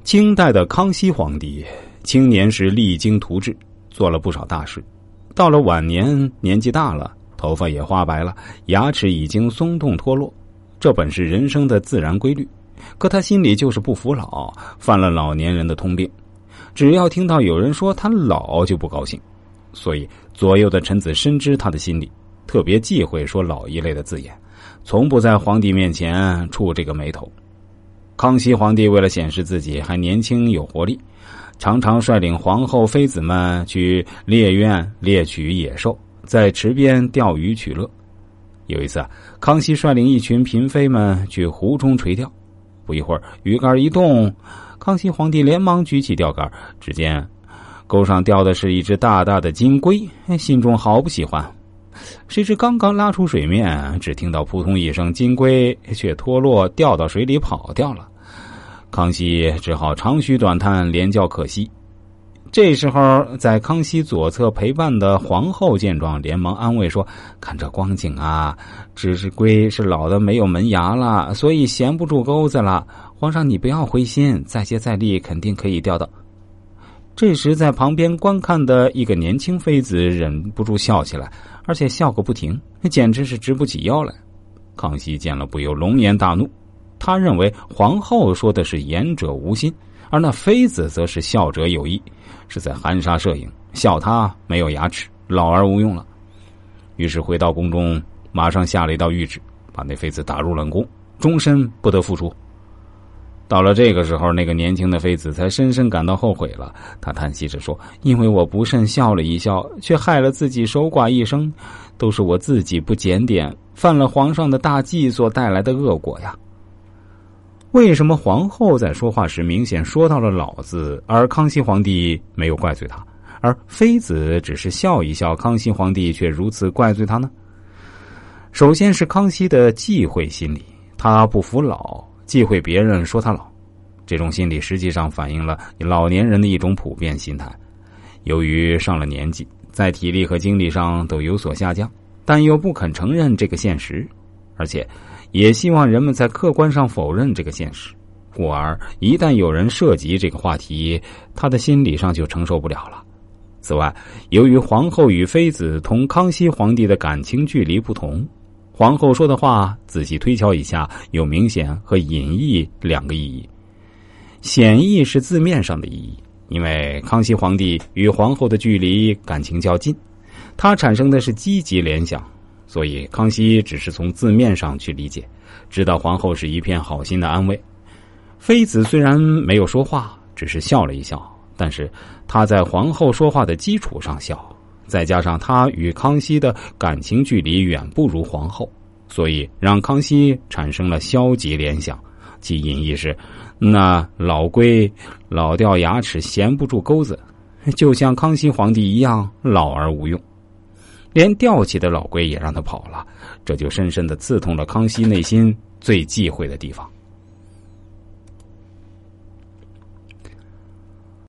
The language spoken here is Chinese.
清代的康熙皇帝青年时励精图治，做了不少大事。到了晚年，年纪大了，头发也花白了，牙齿已经松动脱落，这本是人生的自然规律。可他心里就是不服老，犯了老年人的通病，只要听到有人说他老就不高兴。所以左右的臣子深知他的心理，特别忌讳说老一类的字眼，从不在皇帝面前触这个眉头。康熙皇帝为了显示自己还年轻有活力，常常率领皇后妃子们去猎苑猎取野兽，在池边钓鱼取乐。有一次，康熙率领一群嫔妃们去湖中垂钓，不一会儿鱼竿一动，康熙皇帝连忙举起钓竿，只见钩上钓的是一只大大的金龟，心中好不喜欢。谁知刚刚拉出水面，只听到扑通一声，金龟却脱落掉到水里跑掉了。康熙只好长吁短叹，连叫可惜。这时候在康熙左侧陪伴的皇后见状，连忙安慰说：看这光景啊，这只龟是老的没有门牙了，所以衔不住钩子了，皇上你不要灰心，再接再厉，肯定可以钓到。这时在旁边观看的一个年轻妃子忍不住笑起来，而且笑个不停，简直是直不起腰来。康熙见了不由龙颜大怒，他认为皇后说的是言者无心，而那妃子则是笑者有意，是在含沙射影，笑他没有牙齿，老而无用了。于是回到宫中，马上下了一道谕旨，把那妃子打入冷宫，终身不得复出。到了这个时候，那个年轻的妃子才深深感到后悔了。她叹息着说：因为我不慎笑了一笑，却害了自己守寡一生，都是我自己不检点，犯了皇上的大忌所带来的恶果呀。为什么皇后在说话时明显说到了老字，而康熙皇帝没有怪罪她，而妃子只是笑一笑，康熙皇帝却如此怪罪她呢？首先是康熙的忌讳心理，他不服老，忌讳别人说他老。这种心理实际上反映了老年人的一种普遍心态。由于上了年纪，在体力和精力上都有所下降，但又不肯承认这个现实，而且也希望人们在客观上否认这个现实，故而一旦有人涉及这个话题，他的心理上就承受不了了。此外，由于皇后与妃子同康熙皇帝的感情距离不同，皇后说的话仔细推敲一下，有明显和隐意两个意义。显意是字面上的意义，因为康熙皇帝与皇后的距离感情较近，他产生的是积极联想，所以康熙只是从字面上去理解，知道皇后是一片好心的安慰。妃子虽然没有说话，只是笑了一笑，但是她在皇后说话的基础上笑，再加上她与康熙的感情距离远不如皇后，所以让康熙产生了消极联想，其隐意是那老龟老掉牙齿衔不住钩子，就像康熙皇帝一样老而无用，连吊起的老龟也让他跑了，这就深深地刺痛了康熙内心最忌讳的地方。